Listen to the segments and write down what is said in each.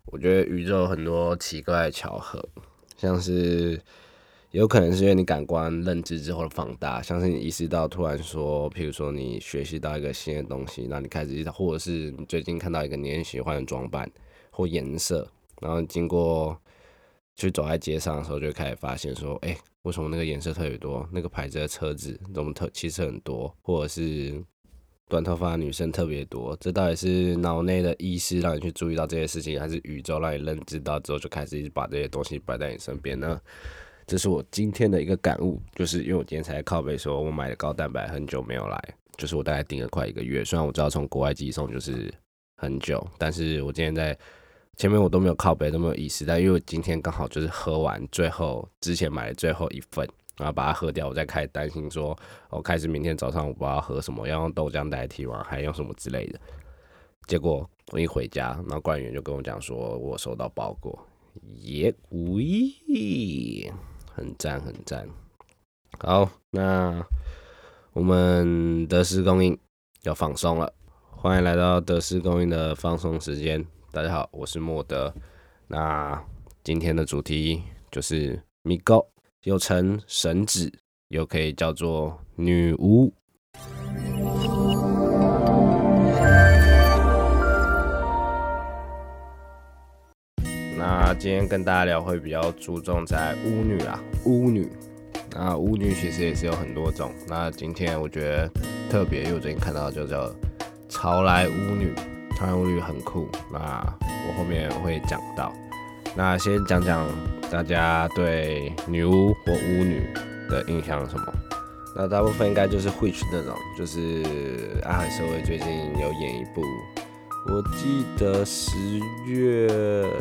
我觉得宇宙有很多奇怪的巧合，像是有可能是因为你感官认知之后的放大，像是你意识到突然说，譬如说你学习到一个新的东西，然后你开始意识到，或者是你最近看到一个你很喜欢的装扮或颜色，然后经过去走在街上的时候，就会开始发现说，为什么那个颜色特别多？那个牌子的车子怎么其实很多，或者是短头发的女生特别多，这到底是脑内的意识让你去注意到这些事情，还是宇宙让你认知到之后就开始一直把这些东西摆在你身边呢？这是我今天的一个感悟，就是因为我今天才靠背说，我买的高蛋白很久没有来，就是我大概订了快1个月，虽然我知道从国外寄送就是很久，但是我今天在前面我都没有靠背，都没有意识，但因为我今天刚好就是喝完之前买的最后一份，然后把它喝掉，我再开始担心说，开始明天早上我不知道喝什么，要用豆浆代替吗？还用什么之类的。结果我一回家，然后官员就跟我讲说，我收到包裹，很赞很赞。好，那我们德斯供应要放松了，欢迎来到德斯供应的放松时间。大家好，我是莫德。那今天的主题就是米糕，又称神子，又可以叫做女巫。那今天跟大家聊会比较注重在巫女啦，巫女。那巫女其实也是有很多种。那今天我觉得特别，因为我最近看到就叫潮来巫女，潮来巫女很酷。那我后面会讲到。那先讲讲大家对女巫或巫女的印象是什么？那大部分应该就是 Witch 那种，就是阿海社会最近有演一部，我记得11月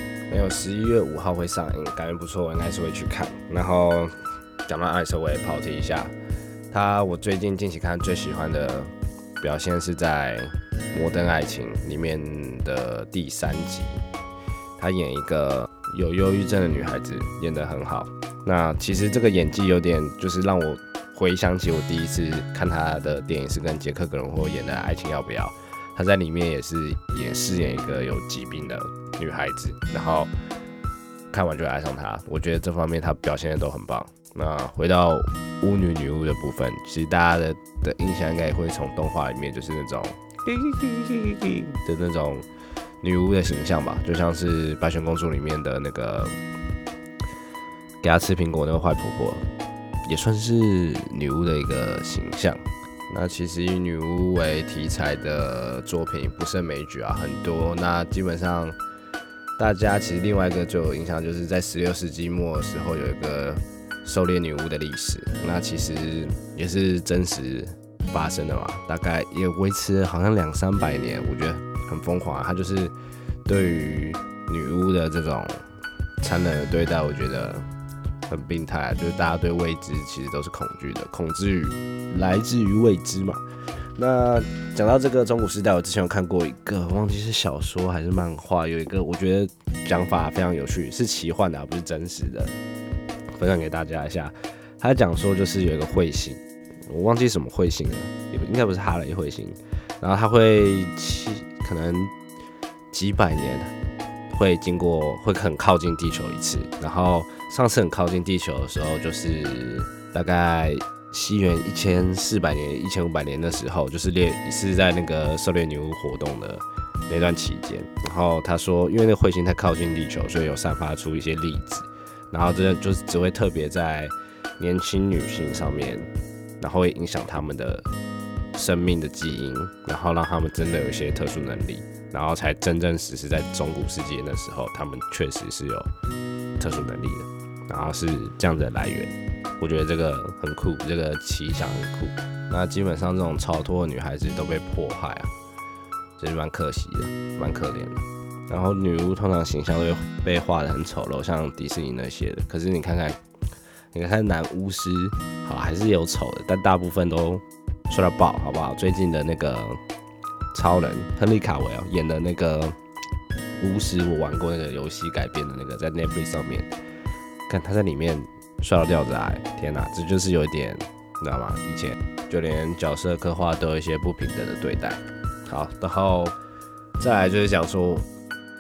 5号会上映，感觉不错，我应该是会去看。然后讲到艾瑟，我也抛题一下，我最近近期看最喜欢的表现是在《摩登爱情》里面的第3集，他演一个有忧郁症的女孩子，演得很好。那其实这个演技有点就是让我回想起我第一次看她的电影是跟杰克·葛伦霍演的《爱情要不要》，她在里面也饰演一个有疾病的女孩子，然后看完就爱上她。我觉得这方面她表现的都很棒。那回到巫女女巫的部分，其实大家的印象应该也会从动画里面就是那种的那种女巫的形象吧，就像是白雪公主里面的那个给她吃苹果那个坏婆婆，也算是女巫的一个形象。那其实以女巫为题材的作品不胜枚举啊，很多。那基本上大家其实另外一个最有印象就是在16世纪末的时候有一个狩猎女巫的历史，那其实也是真实发生的嘛，大概也维持好像200-300年，我觉得很疯狂啊。它就是对于女巫的这种残忍的对待，我觉得很病态啊，就是大家对未知其实都是恐惧的，恐惧来自于未知嘛。那讲到这个中古时代，我之前有看过一个，忘记是小说还是漫画，有一个我觉得讲法非常有趣，是奇幻的，不是真实的，分享给大家一下。他讲说就是有一个彗星，我忘记什么彗星了，应该不是哈雷彗星，然后它会可能几百年会经过，会很靠近地球一次，然后上次很靠近地球的时候就是大概西元1400年、1500年的时候，就是是在那个狩猎女巫活动的那段期间。然后他说，因为那个彗星太靠近地球，所以有散发出一些粒子，然后这就是只会特别在年轻女性上面，然后会影响她们的生命的基因，然后让她们真的有一些特殊能力，然后才真正实施在中古世纪的时候，她们确实是有特殊能力的，然后是这样子的来源。我觉得这个很酷，这个奇想很酷。那基本上这种超脱的女孩子都被迫害啊，这是蛮可惜的，蛮可怜的。然后女巫通常形象都会被画得很丑陋，像迪士尼那些的。可是你看看男巫师，好还是有丑的，但大部分都帅到爆，好不好？最近的那个超人亨利卡维尔演的那个巫师，我玩过那个游戏改编的那个，在 Netflix 上面，看他在里面帅到掉渣，天哪，这就是有一点，你知道吗？以前就连角色刻画都有一些不平等的对待。好，然后再来就是讲说，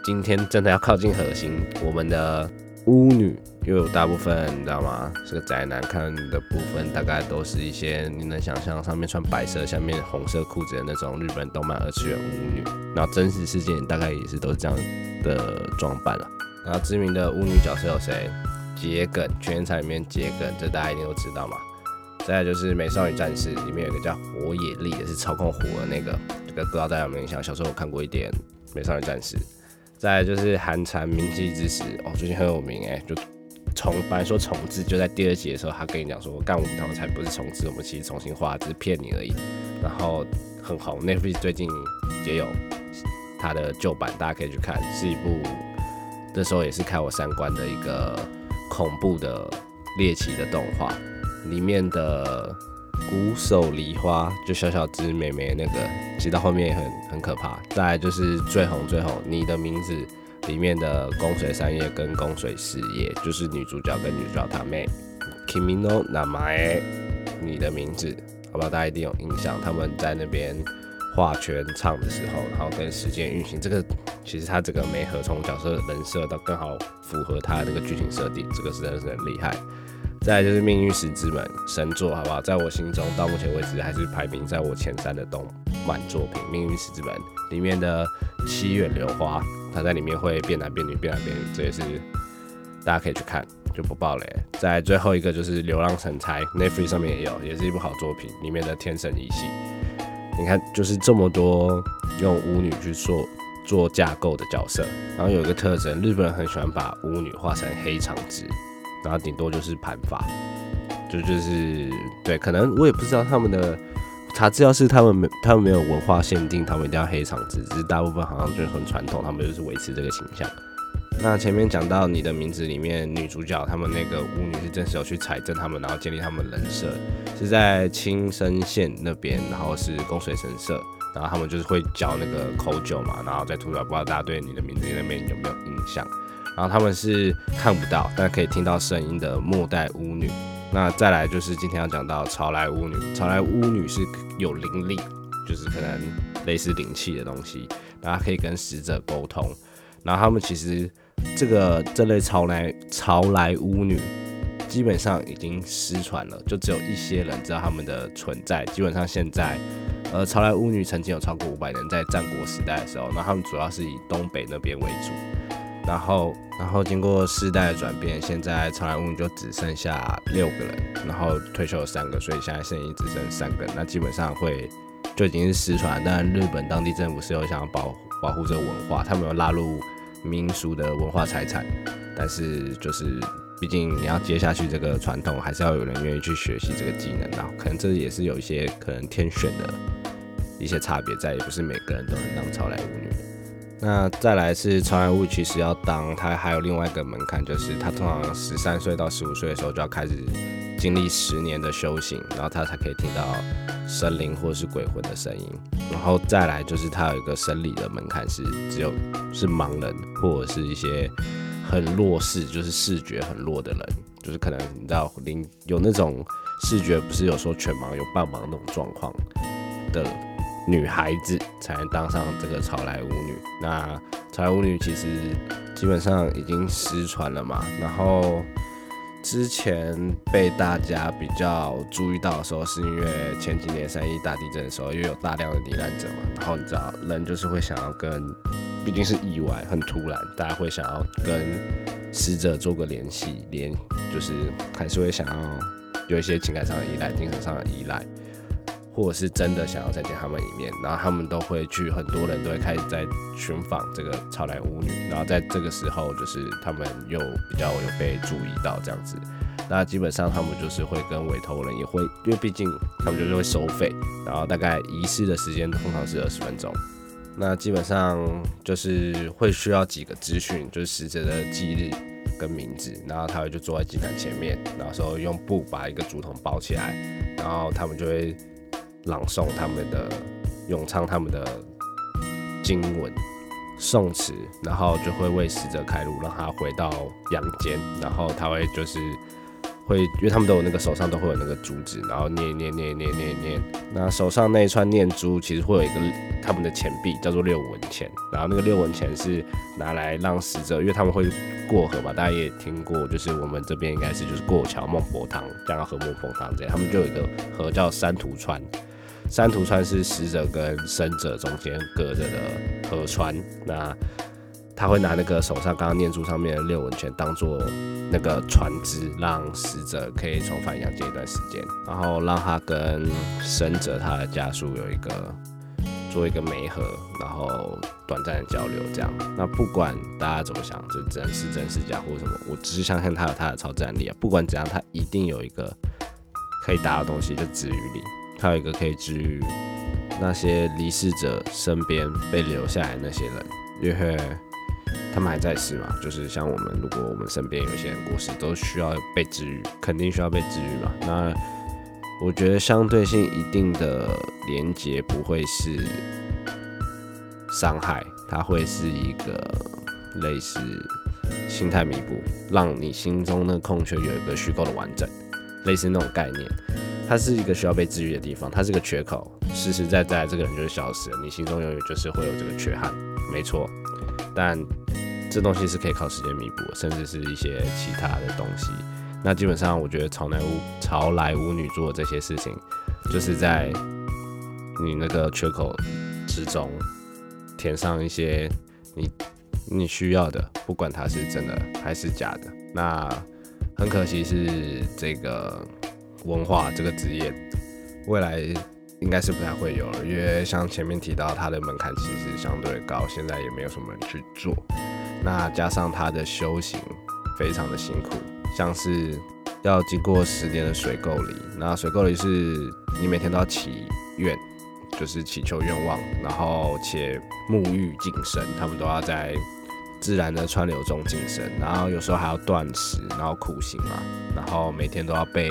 今天真的要靠近核心，我们的巫女又有大部分你知道吗？这个宅男看的部分大概都是一些你能想象上面穿白色下面红色裤子的那种日本动漫二次元巫女，然后真实世界大概也是都是这样的装扮了。然后知名的巫女角色有谁？桔梗，全员场里面桔梗，这大家一定都知道嘛。再来就是美少女战士里面有一个叫火野丽，也是操控火的那个，这个不知道大家有没有印象？小时候我看过一点美少女战士。再来就是寒蝉鸣泣之时，最近很有名就本来说重置，就在第2集的时候，他跟你讲说，干我们他们才不是重置，我们其实重新画，只是骗你而已。然后很红 ，Netflix 最近也有他的旧版，大家可以去看，是一部那时候也是开我3观的一个恐怖的猎奇的动画，里面的鼓手梨花就小小只妹妹那个，其实到后面也很可怕。再来就是最红你的名字里面的宫水三叶跟宫水四叶，就是女主角跟女主角她妹 Kimi no Namae， 你的名字，好不好？大家一定有印象，他们在那边画圈唱的时候，然后跟时间运行，这个其实他这个媒合从角色人设到更好符合他的那个剧情设定，这个真的是很厉害。再来就是命运石之门神作，好不好？在我心中到目前为止还是排名在我前3的动漫作品。命运石之门里面的七远流花，它在里面会变男变女，这也是大家可以去看，就不爆雷。再来最后一个就是流浪神差 ，Netflix 上面也有，也是一部好作品，里面的天神一系。你看，就是这么多用巫女去做架构的角色，然后有一个特征，日本人很喜欢把巫女画成黑长直。然后顶多就是盘发，就是对，可能我也不知道他们的查资料是他们没有文化限定，他们一定要黑长直，只是大部分好像就是很传统，他们就是维持这个形象。那前面讲到你的名字里面女主角他们那个巫女是真实有去采证他们，然后建立他们人设，是在青森县那边，然后是宫水神社，然后他们就是会教那个口酒嘛，然后再吐出来，不知道大家对你的名字那边有没有印象？然后他们是看不到，但可以听到声音的末代巫女。那再来就是今天要讲到潮来巫女，潮来巫女是有灵力，就是可能类似灵气的东西，大家可以跟死者沟通。然后他们其实这类潮来巫女基本上已经失传了，就只有一些人知道他们的存在。基本上现在潮来巫女曾经有超过500人，在战国时代的时候，那他们主要是以东北那边为主。然后经过世代的转变，现在潮来巫女就只剩下6个人，然后退休了3个，所以现在现役只剩3个人。那基本上就已经是失传，但日本当地政府是有想要保护这个文化，他们有纳入民俗的文化财产，但是就是毕竟你要接下去这个传统，还是要有人愿意去学习这个技能，然后可能这也是有一些可能天选的一些差别在，也不是每个人都能当潮来巫女。那再来是潮来巫，其实要当它还有另外一个门槛，就是它通常13岁到15岁的时候就要开始经历10年的修行，然后他才可以听到神灵或是鬼魂的声音。然后再来就是它有一个生理的门槛，是是盲人或者是一些很弱视，就是视觉很弱的人，就是可能你知道有那种视觉不是有说全盲有半盲那种状况的女孩子才能当上这个潮来巫女。那潮来巫女其实基本上已经失传了嘛，然后之前被大家比较注意到的时候，是因为前几年3.1大地震的时候，因为有大量的罹难者嘛，然后你知道人就是会想要毕竟是意外很突然，大家会想要跟死者做个联系，就是还是会想要有一些情感上的依赖、精神上的依赖，或者是真的想要再见他们一面，然后他们都会很多人都会开始在寻访这个潮来巫女，然后在这个时候就是他们又比较有被注意到这样子。那基本上他们就是会跟委托人也会，因为毕竟他们就是会收费，然后大概仪式的时间通常是20分钟。那基本上就是会需要几个资讯，就是死者的忌日跟名字，然后他会就坐在祭坛前面，然后说用布把一个竹筒包起来，然后他们就会朗诵他们的咏唱他们的经文颂词，然后就会为死者开路，让他回到阳间，然后他会就是因为他们都有那个手上都会有那个珠子，然后念，那手上那一串念珠其实会有一个他们的钱币叫做6文钱，然后那个6文钱是拿来让死者，因为他们会过河嘛，大家也听过，就是我们这边应该是就是过桥孟婆汤，这样喝孟婆汤这样，他们就有一个河叫三途川。三途川是死者跟生者中间隔着的河川，那他会拿那个手上刚刚念珠上面的6文钱当做那个船只，让死者可以重返阳间一段时间，然后让他跟生者他的家属做一个媒合，然后短暂的交流这样。那不管大家怎么想，就真是假或什么，我只是相信他有他的超自然力啊。不管怎样，他一定有一个可以达的东西，就治愈力。他有一个可以治愈那些离世者身边被留下来的那些人，因为他们还在世嘛，就是像我们，如果我们身边有些人过世，都需要被治愈，肯定需要被治愈嘛。那我觉得相对性一定的连结不会是伤害，它会是一个类似心态弥补，让你心中的空缺有一个虚构的完整，类似那种概念。它是一个需要被治愈的地方，它是个缺口，实实在在这个人就是消失了，你心中永远就是会有这个缺憾，没错。但这东西是可以靠时间弥补，甚至是一些其他的东西。那基本上，我觉得潮来舞女做的这些事情，就是在你那个缺口之中填上一些你需要的，不管它是真的还是假的。那很可惜是这个文化这个职业，未来应该是不太会有了，因为像前面提到，它的门槛其实相对高，现在也没有什么人去做。那加上它的修行非常的辛苦，像是要经过10年的水垢礼，那水垢礼是你每天都要祈愿，就是祈求愿望，然后且沐浴净身，他们都要在自然的川流中净身，然后有时候还要断食，然后苦行嘛，然后每天都要背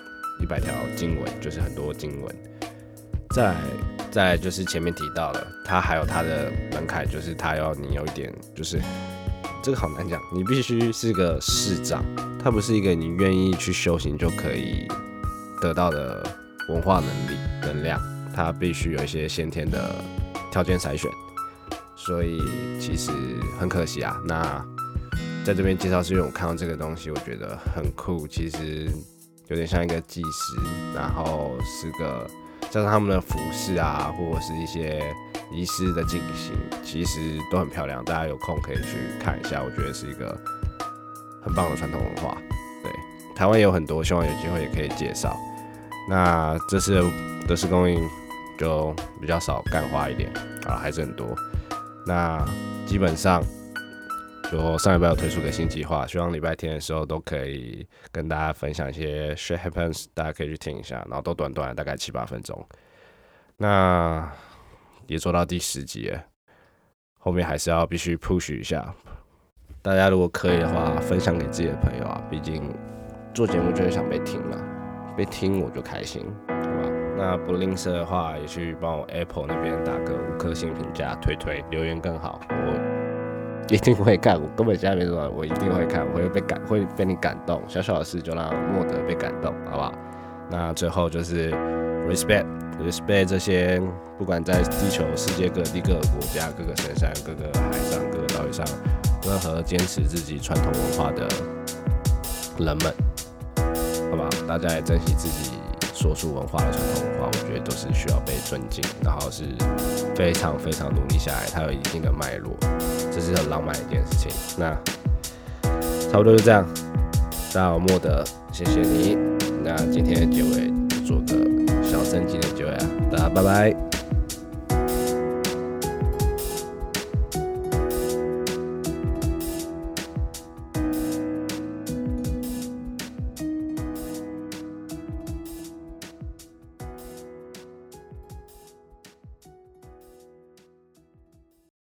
100条经文，就是很多经文。再来就是前面提到了，它还有它的门槛，就是你有一点，就是这个好难讲，你必须是个视障，它不是一个你愿意去修行就可以得到的文化能量，它必须有一些先天的条件筛选，所以其实很可惜啊。那在这边介绍是因为我看到这个东西，我觉得很酷，其实有点像一个祭司，然后是个加上他们的服饰啊，或者是一些仪式的进行，其实都很漂亮，大家有空可以去看一下，我觉得是一个很棒的传统文化。对，台湾也有很多，希望有机会也可以介绍。那这次德式公映就比较少干花一点啊，还是很多。那基本上就上礼拜有推出个新计划，希望礼拜天的时候都可以跟大家分享一些 shit happens， 大家可以去听一下，然后都短短的大概7-8分钟。那也做到第10集了，后面还是要必须 push 一下。大家如果可以的话，分享给自己的朋友啊，毕竟做节目就是想被听嘛，被听我就开心，好吧？那不吝啬的话，也去帮我 Apple 那边打个5颗星评价，推留言更好，我一定会看，我根本现在没什么，我一定会看，我会被你感动，小小的事就让莫德被感动，好不好？那最后就是 respect 这些，不管在地球世界各地各个国家、各个深山、各个海上、各个岛屿上，任何坚持自己传统文化的人们，好不好？大家也珍惜自己说出文化的传统文化，我觉得都是需要被尊敬，然后是非常非常努力下来，它有一定的脉络，这是很浪漫的一件事情。那差不多就这样，大家好，莫德，谢谢你。那今天的结尾就做个小正经的结尾啊，大家拜拜。